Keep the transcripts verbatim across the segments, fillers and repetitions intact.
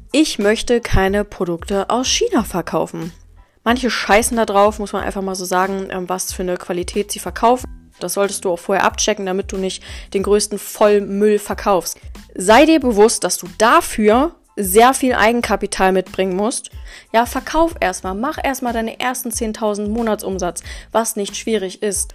Ich möchte keine Produkte aus China verkaufen. Manche scheißen da drauf, muss man einfach mal so sagen, was für eine Qualität sie verkaufen. Das solltest du auch vorher abchecken, damit du nicht den größten Vollmüll verkaufst. Sei dir bewusst, dass du dafür sehr viel Eigenkapital mitbringen musst. Ja, verkauf erstmal, mach erstmal deine ersten zehntausend Monatsumsatz, was nicht schwierig ist.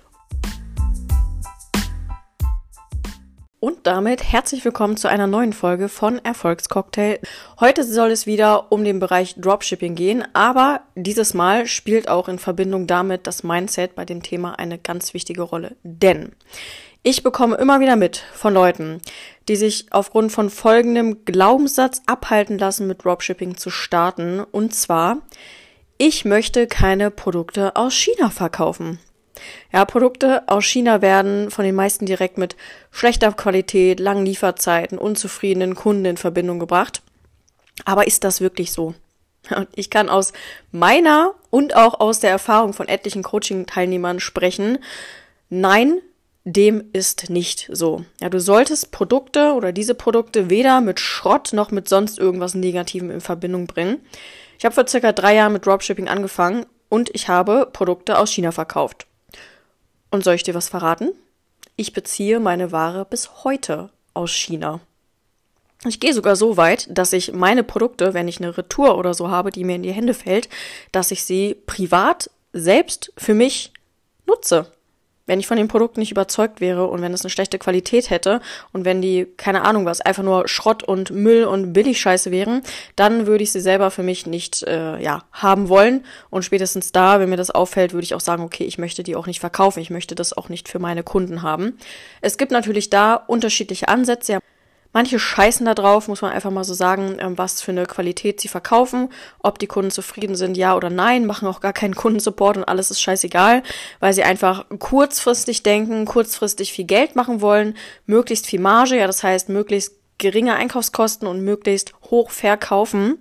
Und damit herzlich willkommen zu einer neuen Folge von Erfolgscocktail. Heute soll es wieder um den Bereich Dropshipping gehen, aber dieses Mal spielt auch in Verbindung damit das Mindset bei dem Thema eine ganz wichtige Rolle. Denn ich bekomme immer wieder mit von Leuten, die sich aufgrund von folgendem Glaubenssatz abhalten lassen, mit Dropshipping zu starten. Und zwar, ich möchte keine Produkte aus China verkaufen. Ja, Produkte aus China werden von den meisten direkt mit schlechter Qualität, langen Lieferzeiten, unzufriedenen Kunden in Verbindung gebracht. Aber ist das wirklich so? Ich kann aus meiner und auch aus der Erfahrung von etlichen Coaching-Teilnehmern sprechen. Nein, dem ist nicht so. Ja, du solltest Produkte oder diese Produkte weder mit Schrott noch mit sonst irgendwas Negativem in Verbindung bringen. Ich habe vor circa drei Jahren mit Dropshipping angefangen und ich habe Produkte aus China verkauft. Und soll ich dir was verraten? Ich beziehe meine Ware bis heute aus China. Ich gehe sogar so weit, dass ich meine Produkte, wenn ich eine Retour oder so habe, die mir in die Hände fällt, dass ich sie privat selbst für mich nutze. Wenn ich von dem Produkt nicht überzeugt wäre und wenn es eine schlechte Qualität hätte und wenn die, keine Ahnung was, einfach nur Schrott und Müll und Billigscheiße wären, dann würde ich sie selber für mich nicht äh, ja haben wollen. Und spätestens da, wenn mir das auffällt, würde ich auch sagen, okay, ich möchte die auch nicht verkaufen. Ich möchte das auch nicht für meine Kunden haben. Es gibt natürlich da unterschiedliche Ansätze. Manche scheißen da drauf, muss man einfach mal so sagen, was für eine Qualität sie verkaufen, ob die Kunden zufrieden sind, ja oder nein, machen auch gar keinen Kundensupport und alles ist scheißegal, weil sie einfach kurzfristig denken, kurzfristig viel Geld machen wollen, möglichst viel Marge, ja, das heißt möglichst geringe Einkaufskosten und möglichst hoch verkaufen.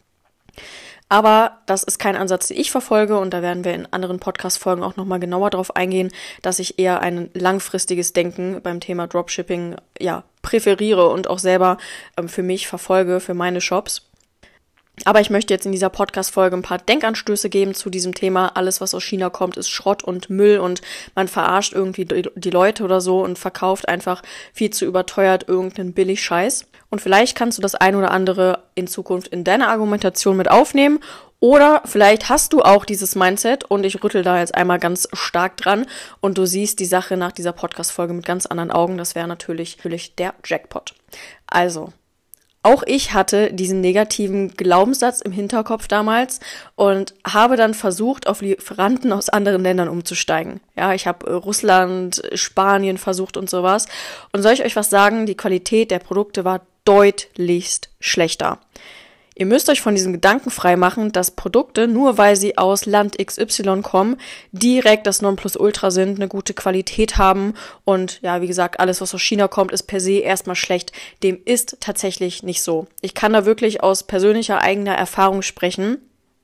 Aber das ist kein Ansatz, den ich verfolge und da werden wir in anderen Podcast-Folgen auch nochmal genauer drauf eingehen, dass ich eher ein langfristiges Denken beim Thema Dropshipping ja präferiere und auch selber ähm, für mich verfolge, für meine Shops. Aber ich möchte jetzt in dieser Podcast-Folge ein paar Denkanstöße geben zu diesem Thema. Alles, was aus China kommt, ist Schrott und Müll und man verarscht irgendwie die Leute oder so und verkauft einfach viel zu überteuert irgendeinen Billig-Scheiß. Und vielleicht kannst du das ein oder andere in Zukunft in deine Argumentation mit aufnehmen. Oder vielleicht hast du auch dieses Mindset und ich rüttel da jetzt einmal ganz stark dran und du siehst die Sache nach dieser Podcast-Folge mit ganz anderen Augen. Das wäre natürlich, natürlich der Jackpot. Also, auch ich hatte diesen negativen Glaubenssatz im Hinterkopf damals und habe dann versucht, auf Lieferanten aus anderen Ländern umzusteigen. Ja, ich habe Russland, Spanien versucht und sowas. Und soll ich euch was sagen? Die Qualität der Produkte war deutlichst schlechter. Ihr müsst euch von diesem Gedanken freimachen, dass Produkte, nur weil sie aus Land X Y kommen, direkt das Nonplusultra sind, eine gute Qualität haben und ja, wie gesagt, alles, was aus China kommt, ist per se erstmal schlecht. Dem ist tatsächlich nicht so. Ich kann da wirklich aus persönlicher eigener Erfahrung sprechen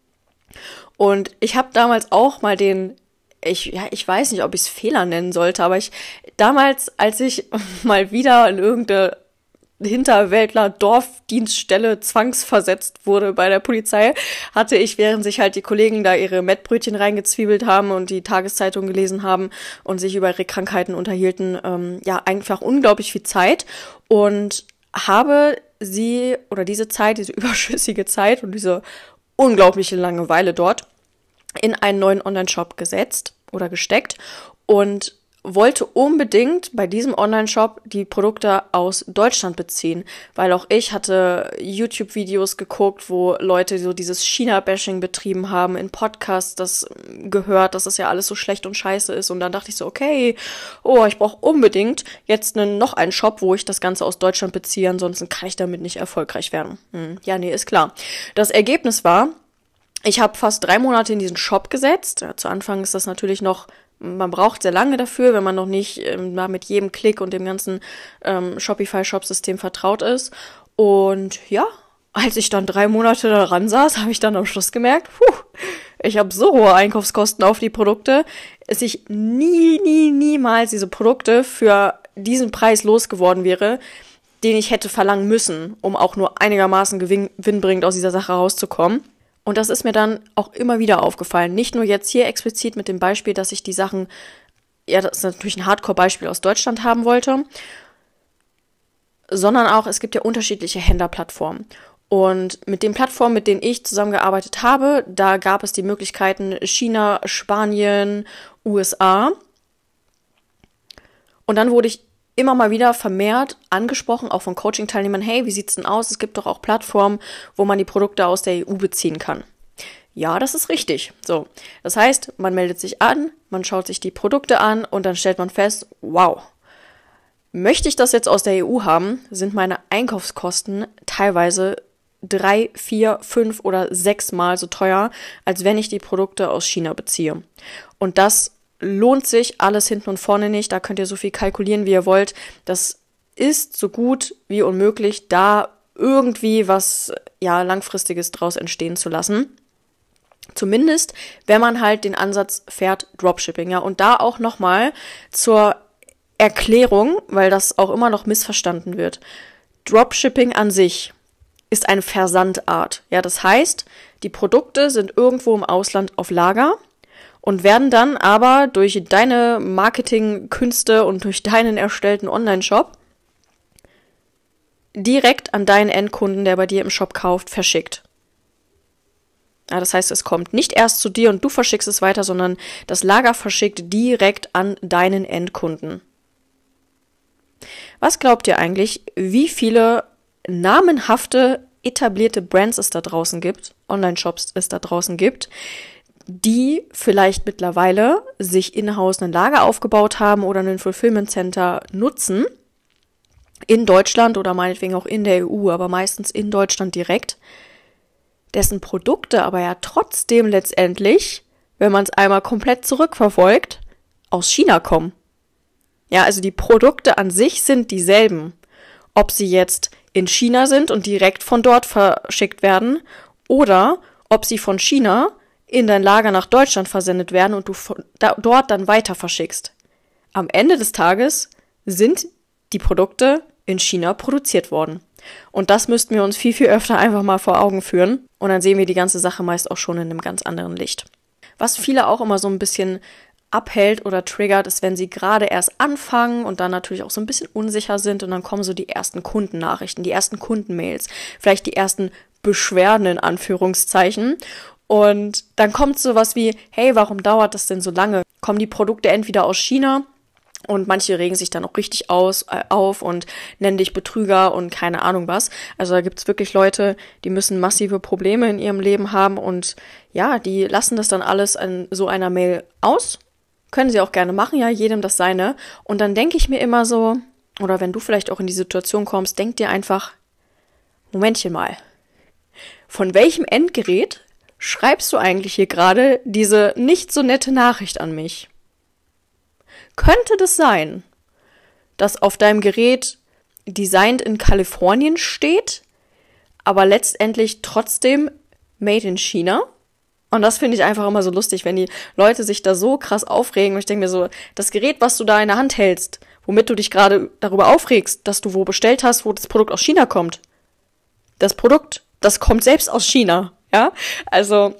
und ich habe damals auch mal den Ich, ja, ich weiß nicht, ob ich es Fehler nennen sollte, aber ich damals, als ich mal wieder in irgendeine Hinterwäldler Dorfdienststelle zwangsversetzt wurde bei der Polizei, hatte ich, während sich halt die Kollegen da ihre Mettbrötchen reingezwiebelt haben und die Tageszeitung gelesen haben und sich über ihre Krankheiten unterhielten, ähm, ja, einfach unglaublich viel Zeit und habe sie oder diese Zeit, diese überschüssige Zeit und diese unglaubliche Langeweile dort in einen neuen Online-Shop gesetzt oder gesteckt und wollte unbedingt bei diesem Online-Shop die Produkte aus Deutschland beziehen, weil auch ich hatte YouTube-Videos geguckt, wo Leute so dieses China-Bashing betrieben haben, in Podcasts das gehört, dass das ja alles so schlecht und scheiße ist und dann dachte ich so, okay, oh, ich brauche unbedingt jetzt einen, noch einen Shop, wo ich das Ganze aus Deutschland beziehe, ansonsten kann ich damit nicht erfolgreich werden. Hm, ja, nee, ist klar. Das Ergebnis war, ich habe fast drei Monate in diesen Shop gesetzt. Ja, zu Anfang ist das natürlich noch, man braucht sehr lange dafür, wenn man noch nicht ähm, mit jedem Klick und dem ganzen ähm, Shopify-Shop-System vertraut ist. Und ja, als ich dann drei Monate daran saß, habe ich dann am Schluss gemerkt, puh, ich habe so hohe Einkaufskosten auf die Produkte, dass ich nie, nie, niemals diese Produkte für diesen Preis losgeworden wäre. den ich hätte verlangen müssen, um auch nur einigermaßen gewinn- gewinnbringend aus dieser Sache rauszukommen. Und das ist mir dann auch immer wieder aufgefallen. Nicht nur jetzt hier explizit mit dem Beispiel, dass ich die Sachen, ja, das ist natürlich ein Hardcore-Beispiel aus Deutschland haben wollte, sondern auch, es gibt ja unterschiedliche Händlerplattformen. Und mit den Plattformen, mit denen ich zusammengearbeitet habe, da gab es die Möglichkeiten China, Spanien, U S A. Und dann wurde ich immer mal wieder vermehrt angesprochen, auch von Coaching-Teilnehmern, hey, wie sieht's denn aus? Es gibt doch auch Plattformen, wo man die Produkte aus der E U beziehen kann. Ja, das ist richtig. So, das heißt, man meldet sich an, man schaut sich die Produkte an und dann stellt man fest, wow, möchte ich das jetzt aus der E U haben, sind meine Einkaufskosten teilweise drei, vier, fünf oder sechs Mal so teuer, als wenn ich die Produkte aus China beziehe. Und das lohnt sich alles hinten und vorne nicht. Da könnt ihr so viel kalkulieren, wie ihr wollt. Das ist so gut wie unmöglich, da irgendwie was ja langfristiges draus entstehen zu lassen. Zumindest, wenn man halt den Ansatz fährt, Dropshipping. Ja, und da auch nochmal zur Erklärung, weil das auch immer noch missverstanden wird. Dropshipping an sich ist eine Versandart. Ja, das heißt, die Produkte sind irgendwo im Ausland auf Lager und werden dann aber durch deine Marketingkünste und durch deinen erstellten Online-Shop direkt an deinen Endkunden, der bei dir im Shop kauft, verschickt. Ja, das heißt, es kommt nicht erst zu dir und du verschickst es weiter, sondern das Lager verschickt direkt an deinen Endkunden. Was glaubt ihr eigentlich, wie viele namenhafte, etablierte Brands es da draußen gibt, Online-Shops es da draußen gibt, die vielleicht mittlerweile sich in-house ein Lager aufgebaut haben oder ein Fulfillment Center nutzen, in Deutschland oder meinetwegen auch in der E U, aber meistens in Deutschland direkt, dessen Produkte aber ja trotzdem letztendlich, wenn man es einmal komplett zurückverfolgt, aus China kommen. Ja, also die Produkte an sich sind dieselben. Ob sie jetzt in China sind und direkt von dort verschickt werden oder ob sie von China in dein Lager nach Deutschland versendet werden und du von da, dort dann weiter verschickst. Am Ende des Tages sind die Produkte in China produziert worden. Und das müssten wir uns viel, viel öfter einfach mal vor Augen führen. Und dann sehen wir die ganze Sache meist auch schon in einem ganz anderen Licht. Was viele auch immer so ein bisschen abhält oder triggert, ist, wenn sie gerade erst anfangen und dann natürlich auch so ein bisschen unsicher sind und dann kommen so die ersten Kundennachrichten, die ersten Kundenmails, vielleicht die ersten Beschwerden in Anführungszeichen. Und dann kommt sowas wie, hey, warum dauert das denn so lange? Kommen die Produkte entweder aus China? Und manche regen sich dann auch richtig aus, äh, auf und nennen dich Betrüger und keine Ahnung was. Also da gibt's wirklich Leute, die müssen massive Probleme in ihrem Leben haben und ja, die lassen das dann alles an so einer Mail aus. Können sie auch gerne machen, ja, jedem das seine. Und dann denke ich mir immer so, oder wenn du vielleicht auch in die Situation kommst, denk dir einfach, Momentchen mal, von welchem Endgerät schreibst du eigentlich hier gerade diese nicht so nette Nachricht an mich? Könnte das sein, dass auf deinem Gerät Designed in Kalifornien steht, aber letztendlich trotzdem Made in China? Und das finde ich einfach immer so lustig, wenn die Leute sich da so krass aufregen. Und ich denke mir so, das Gerät, was du da in der Hand hältst, womit du dich gerade darüber aufregst, dass du wo bestellt hast, wo das Produkt aus China kommt. Das Produkt, das kommt selbst aus China, ja? Also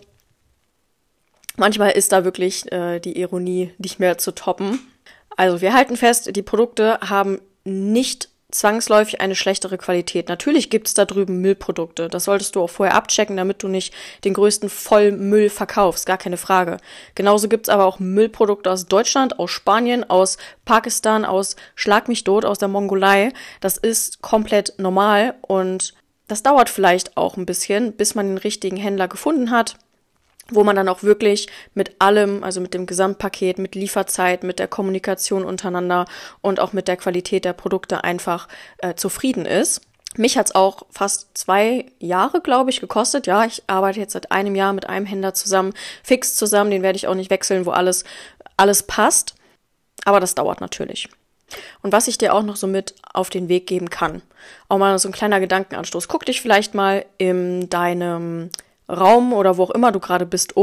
manchmal ist da wirklich äh, die Ironie nicht mehr zu toppen. Also wir halten fest, die Produkte haben nicht zwangsläufig eine schlechtere Qualität. Natürlich gibt es da drüben Müllprodukte. Das solltest du auch vorher abchecken, damit du nicht den größten Vollmüll verkaufst. Gar keine Frage. Genauso gibt es aber auch Müllprodukte aus Deutschland, aus Spanien, aus Pakistan, aus Schlag mich tot, aus der Mongolei. Das ist komplett normal und das dauert vielleicht auch ein bisschen, bis man den richtigen Händler gefunden hat, wo man dann auch wirklich mit allem, also mit dem Gesamtpaket, mit Lieferzeit, mit der Kommunikation untereinander und auch mit der Qualität der Produkte einfach äh, zufrieden ist. Mich hat's auch fast zwei Jahre, glaube ich, gekostet. Ja, ich arbeite jetzt seit einem Jahr mit einem Händler zusammen, fix zusammen, den werde ich auch nicht wechseln, wo alles, alles passt. Aber das dauert natürlich. Und was ich dir auch noch so mit auf den Weg geben kann, auch mal so ein kleiner Gedankenanstoß. Guck dich vielleicht mal in deinem Raum oder wo auch immer du gerade bist um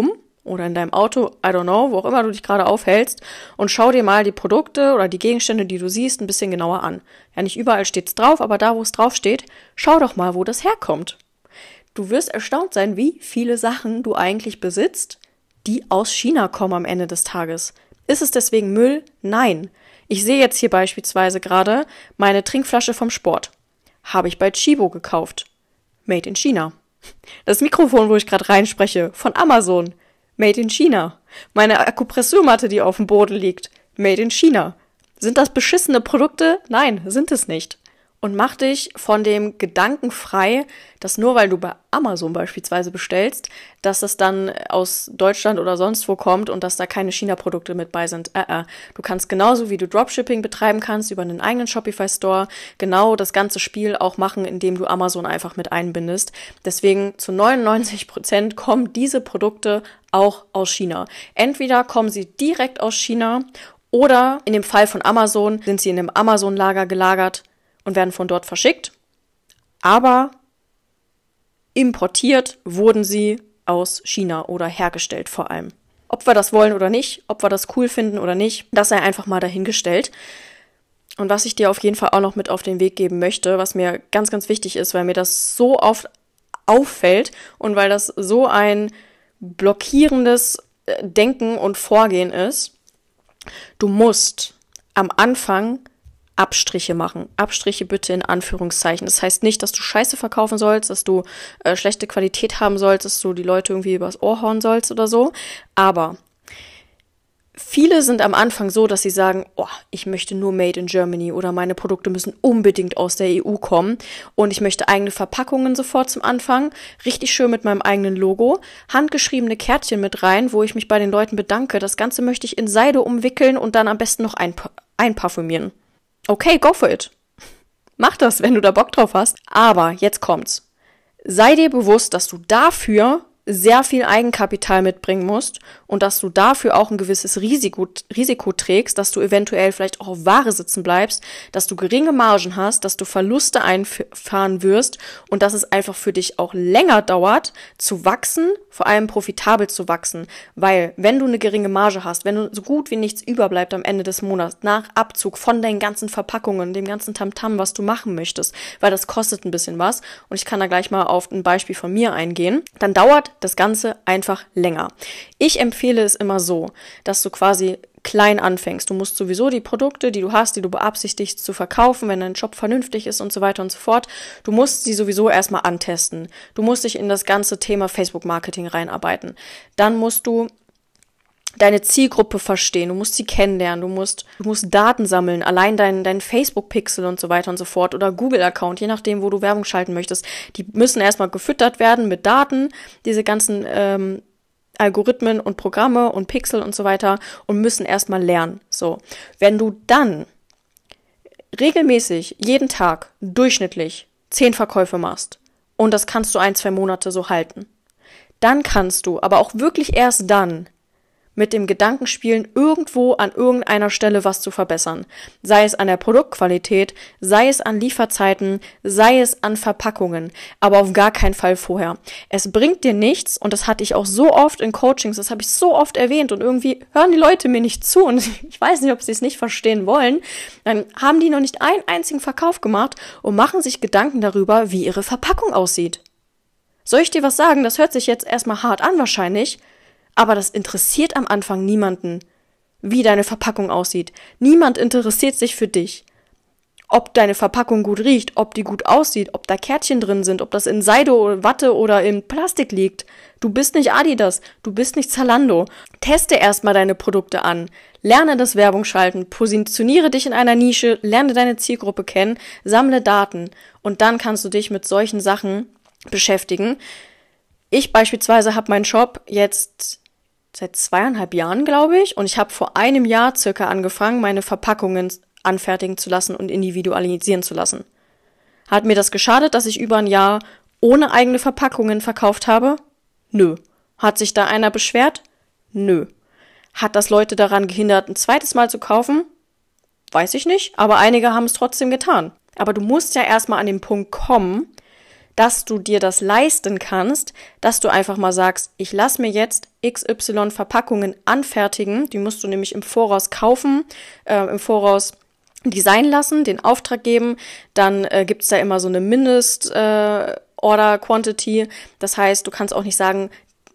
oder in deinem Auto, I don't know, wo auch immer du dich gerade aufhältst und schau dir mal die Produkte oder die Gegenstände, die du siehst, ein bisschen genauer an. Ja, nicht überall steht's drauf, aber da, wo es drauf steht, schau doch mal, wo das herkommt. Du wirst erstaunt sein, wie viele Sachen du eigentlich besitzt, die aus China kommen am Ende des Tages. Ist es deswegen Müll? Nein. Ich sehe jetzt hier beispielsweise gerade meine Trinkflasche vom Sport. Habe ich bei Chibo gekauft. Made in China. Das Mikrofon, wo ich gerade reinspreche, von Amazon. Made in China. Meine Akupressurmatte, die auf dem Boden liegt. Made in China. Sind das beschissene Produkte? Nein, sind es nicht. Und mach dich von dem Gedanken frei, dass nur weil du bei Amazon beispielsweise bestellst, dass das dann aus Deutschland oder sonst wo kommt und dass da keine China-Produkte mit bei sind. Äh, äh. Du kannst genauso, wie du Dropshipping betreiben kannst über einen eigenen Shopify-Store, genau das ganze Spiel auch machen, indem du Amazon einfach mit einbindest. Deswegen zu neunundneunzig Prozent kommen diese Produkte auch aus China. Entweder kommen sie direkt aus China oder in dem Fall von Amazon sind sie in einem Amazon-Lager gelagert und werden von dort verschickt, aber importiert wurden sie aus China oder hergestellt vor allem. Ob wir das wollen oder nicht, ob wir das cool finden oder nicht, das sei einfach mal dahingestellt. Und was ich dir auf jeden Fall auch noch mit auf den Weg geben möchte, was mir ganz, ganz wichtig ist, weil mir das so oft auffällt und weil das so ein blockierendes Denken und Vorgehen ist, du musst am Anfang Abstriche machen. Abstriche bitte in Anführungszeichen. Das heißt nicht, dass du Scheiße verkaufen sollst, dass du äh, schlechte Qualität haben sollst, dass du die Leute irgendwie übers Ohr hauen sollst oder so. Aber viele sind am Anfang so, dass sie sagen, oh, ich möchte nur Made in Germany oder meine Produkte müssen unbedingt aus der E U kommen und ich möchte eigene Verpackungen sofort zum Anfang, richtig schön mit meinem eigenen Logo, handgeschriebene Kärtchen mit rein, wo ich mich bei den Leuten bedanke. Das Ganze möchte ich in Seide umwickeln und dann am besten noch einpa- einparfümieren. Okay, go for it. Mach das, wenn du da Bock drauf hast. Aber jetzt kommt's. Sei dir bewusst, dass du dafür sehr viel Eigenkapital mitbringen musst und dass du dafür auch ein gewisses Risiko, Risiko trägst, dass du eventuell vielleicht auch auf Ware sitzen bleibst, dass du geringe Margen hast, dass du Verluste einfahren wirst und dass es einfach für dich auch länger dauert, zu wachsen, vor allem profitabel zu wachsen. Weil, wenn du eine geringe Marge hast, wenn du so gut wie nichts überbleibt am Ende des Monats, nach Abzug von deinen ganzen Verpackungen, dem ganzen Tamtam, was du machen möchtest, weil das kostet ein bisschen was und ich kann da gleich mal auf ein Beispiel von mir eingehen, dann dauert das Ganze einfach länger. Ich empfehle es immer so, dass du quasi klein anfängst. Du musst sowieso die Produkte, die du hast, die du beabsichtigst zu verkaufen, wenn dein Job vernünftig ist und so weiter und so fort, du musst sie sowieso erstmal antesten. Du musst dich in das ganze Thema Facebook-Marketing reinarbeiten. Dann musst du deine Zielgruppe verstehen, du musst sie kennenlernen, du musst, du musst Daten sammeln, allein dein, dein Facebook-Pixel und so weiter und so fort oder Google-Account, je nachdem, wo du Werbung schalten möchtest, die müssen erstmal gefüttert werden mit Daten, diese ganzen ähm, Algorithmen und Programme und Pixel und so weiter und müssen erstmal lernen. So, wenn du dann regelmäßig, jeden Tag, durchschnittlich zehn Verkäufe machst und das kannst du ein, zwei Monate so halten, dann kannst du, aber auch wirklich erst dann, mit dem Gedanken spielen, irgendwo an irgendeiner Stelle was zu verbessern. Sei es an der Produktqualität, sei es an Lieferzeiten, sei es an Verpackungen, aber auf gar keinen Fall vorher. Es bringt dir nichts und das hatte ich auch so oft in Coachings, das habe ich so oft erwähnt und irgendwie hören die Leute mir nicht zu und ich weiß nicht, ob sie es nicht verstehen wollen. Dann haben die noch nicht einen einzigen Verkauf gemacht und machen sich Gedanken darüber, wie ihre Verpackung aussieht. Soll ich dir was sagen? Das hört sich jetzt erstmal hart an wahrscheinlich, aber das interessiert am Anfang niemanden, wie deine Verpackung aussieht. Niemand interessiert sich für dich, ob deine Verpackung gut riecht, ob die gut aussieht, ob da Kärtchen drin sind, ob das in Seide oder Watte oder in Plastik liegt. Du bist nicht Adidas, du bist nicht Zalando. Teste erstmal deine Produkte an, lerne das Werbung schalten, positioniere dich in einer Nische, lerne deine Zielgruppe kennen, sammle Daten und dann kannst du dich mit solchen Sachen beschäftigen. Ich beispielsweise habe meinen Shop jetzt seit zweieinhalb Jahren, glaube ich, und ich habe vor einem Jahr circa angefangen, meine Verpackungen anfertigen zu lassen und individualisieren zu lassen. Hat mir das geschadet, dass ich über ein Jahr ohne eigene Verpackungen verkauft habe? Nö. Hat sich da einer beschwert? Nö. Hat das Leute daran gehindert, ein zweites Mal zu kaufen? Weiß ich nicht, aber einige haben es trotzdem getan. Aber du musst ja erstmal an den Punkt kommen, dass du dir das leisten kannst, dass du einfach mal sagst, ich lass mir jetzt X Y Verpackungen anfertigen, die musst du nämlich im Voraus kaufen, äh, im Voraus designen lassen, den Auftrag geben, dann äh, gibt's da immer so eine Mindest äh, Order Quantity, das heißt, du kannst auch nicht sagen,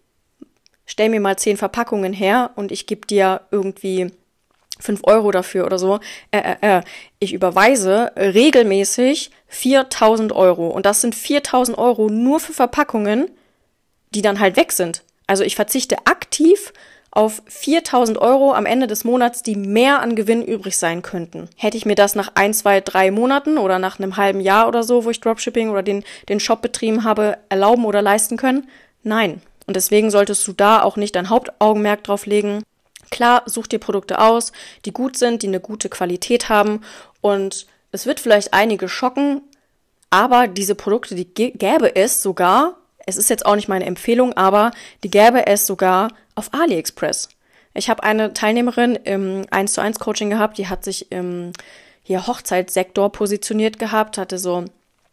stell mir mal zehn Verpackungen her und ich gebe dir irgendwie fünf Euro dafür oder so. Äh, äh, äh. Ich überweise regelmäßig viertausend Euro. Und das sind viertausend Euro nur für Verpackungen, die dann halt weg sind. Also ich verzichte aktiv auf viertausend Euro am Ende des Monats, die mehr an Gewinn übrig sein könnten. Hätte ich mir das nach ein, zwei, drei Monaten oder nach einem halben Jahr oder so, wo ich Dropshipping oder den, den Shop betrieben habe, erlauben oder leisten können? Nein. Und deswegen solltest du da auch nicht dein Hauptaugenmerk drauf legen. Klar, such dir Produkte aus, die gut sind, die eine gute Qualität haben und es wird vielleicht einige schocken, aber diese Produkte, die g- gäbe es sogar, es ist jetzt auch nicht meine Empfehlung, aber die gäbe es sogar auf AliExpress. Ich habe eine Teilnehmerin im eins zu eins Coaching gehabt, die hat sich im hier Hochzeitssektor positioniert gehabt, hatte so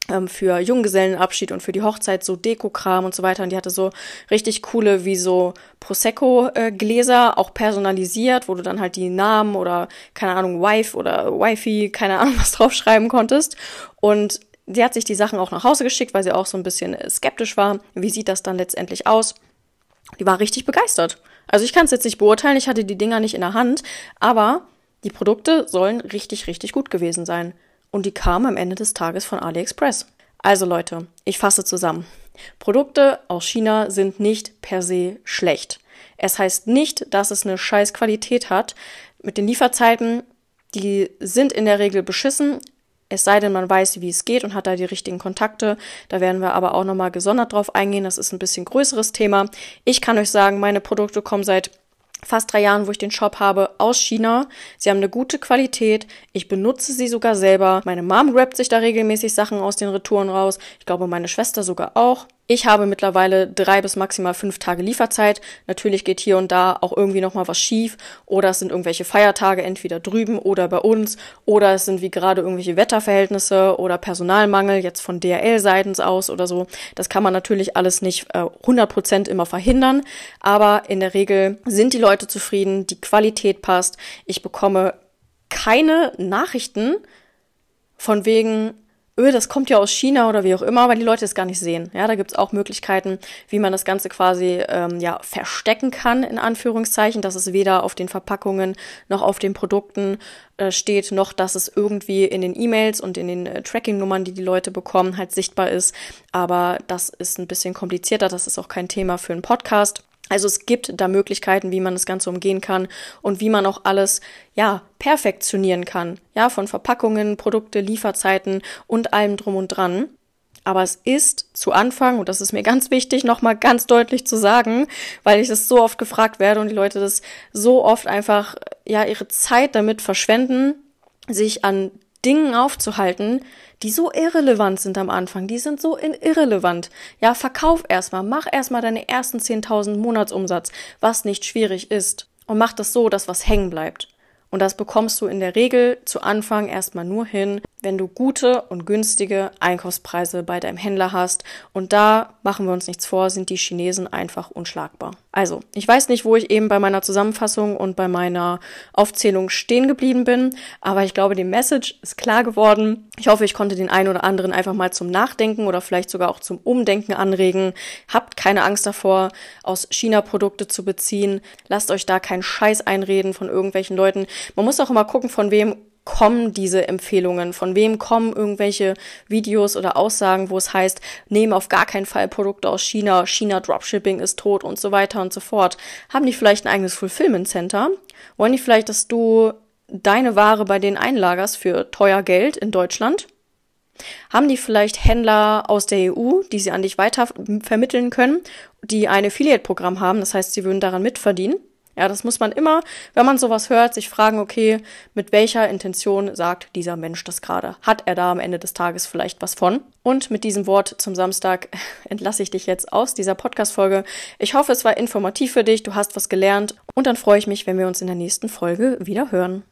für Junggesellenabschied und für die Hochzeit so Dekokram und so weiter. Und die hatte so richtig coole, wie so Prosecco-Gläser, auch personalisiert, wo du dann halt die Namen oder, keine Ahnung, Wife oder Wifey, keine Ahnung, was draufschreiben konntest. Und sie hat sich die Sachen auch nach Hause geschickt, weil sie auch so ein bisschen skeptisch war. Wie sieht das dann letztendlich aus? Die war richtig begeistert. Also ich kann es jetzt nicht beurteilen, ich hatte die Dinger nicht in der Hand, aber die Produkte sollen richtig, richtig gut gewesen sein. Und die kamen am Ende des Tages von AliExpress. Also Leute, ich fasse zusammen. Produkte aus China sind nicht per se schlecht. Es heißt nicht, dass es eine scheiß Qualität hat. Mit den Lieferzeiten, die sind in der Regel beschissen. Es sei denn, man weiß, wie es geht und hat da die richtigen Kontakte. Da werden wir aber auch nochmal gesondert drauf eingehen. Das ist ein bisschen größeres Thema. Ich kann euch sagen, meine Produkte kommen seit fast drei Jahren, wo ich den Shop habe, aus China. Sie haben eine gute Qualität. Ich benutze sie sogar selber. Meine Mom rappt sich da regelmäßig Sachen aus den Retouren raus. Ich glaube, meine Schwester sogar auch. Ich habe mittlerweile drei bis maximal fünf Tage Lieferzeit. Natürlich geht hier und da auch irgendwie nochmal was schief. Oder es sind irgendwelche Feiertage entweder drüben oder bei uns. Oder es sind wie gerade irgendwelche Wetterverhältnisse oder Personalmangel jetzt von D H L seitens aus oder so. Das kann man natürlich alles nicht äh, hundert Prozent immer verhindern. Aber in der Regel sind die Leute zufrieden. Die Qualität passt. Ich bekomme keine Nachrichten von wegen, öh, das kommt ja aus China oder wie auch immer, weil die Leute es gar nicht sehen. Ja, da gibt es auch Möglichkeiten, wie man das Ganze quasi ähm, ja verstecken kann, in Anführungszeichen, dass es weder auf den Verpackungen noch auf den Produkten äh, steht, noch dass es irgendwie in den E-Mails und in den äh, Tracking-Nummern, die die Leute bekommen, halt sichtbar ist. Aber das ist ein bisschen komplizierter, das ist auch kein Thema für einen Podcast. Also es gibt da Möglichkeiten, wie man das Ganze umgehen kann und wie man auch alles, ja, perfektionieren kann. Ja, von Verpackungen, Produkte, Lieferzeiten und allem drum und dran. Aber es ist zu Anfang, und das ist mir ganz wichtig, nochmal ganz deutlich zu sagen, weil ich das so oft gefragt werde und die Leute das so oft einfach, ja, ihre Zeit damit verschwenden, sich an Dingen aufzuhalten, die so irrelevant sind am Anfang. Die sind so irrelevant. Ja, verkauf erstmal. Mach erstmal deine ersten zehntausend Monatsumsatz, was nicht schwierig ist. Und mach das so, dass was hängen bleibt. Und das bekommst du in der Regel zu Anfang erstmal nur hin, wenn du gute und günstige Einkaufspreise bei deinem Händler hast. Und da, machen wir uns nichts vor, sind die Chinesen einfach unschlagbar. Also, ich weiß nicht, wo ich eben bei meiner Zusammenfassung und bei meiner Aufzählung stehen geblieben bin, aber ich glaube, die Message ist klar geworden. Ich hoffe, ich konnte den einen oder anderen einfach mal zum Nachdenken oder vielleicht sogar auch zum Umdenken anregen. Habt keine Angst davor, aus China Produkte zu beziehen. Lasst euch da keinen Scheiß einreden von irgendwelchen Leuten. Man muss auch immer gucken, von wem kommen diese Empfehlungen, von wem kommen irgendwelche Videos oder Aussagen, wo es heißt, nehme auf gar keinen Fall Produkte aus China, China Dropshipping ist tot und so weiter und so fort. Haben die vielleicht ein eigenes Fulfillment Center? Wollen die vielleicht, dass du deine Ware bei denen einlagerst für teuer Geld in Deutschland? Haben die vielleicht Händler aus der E U, die sie an dich weiter vermitteln können, die ein Affiliate-Programm haben, das heißt, sie würden daran mitverdienen? Ja, das muss man immer, wenn man sowas hört, sich fragen, okay, mit welcher Intention sagt dieser Mensch das gerade? Hat er da am Ende des Tages vielleicht was von? Und mit diesem Wort zum Samstag entlasse ich dich jetzt aus dieser Podcast-Folge. Ich hoffe, es war informativ für dich, du hast was gelernt und dann freue ich mich, wenn wir uns in der nächsten Folge wieder hören.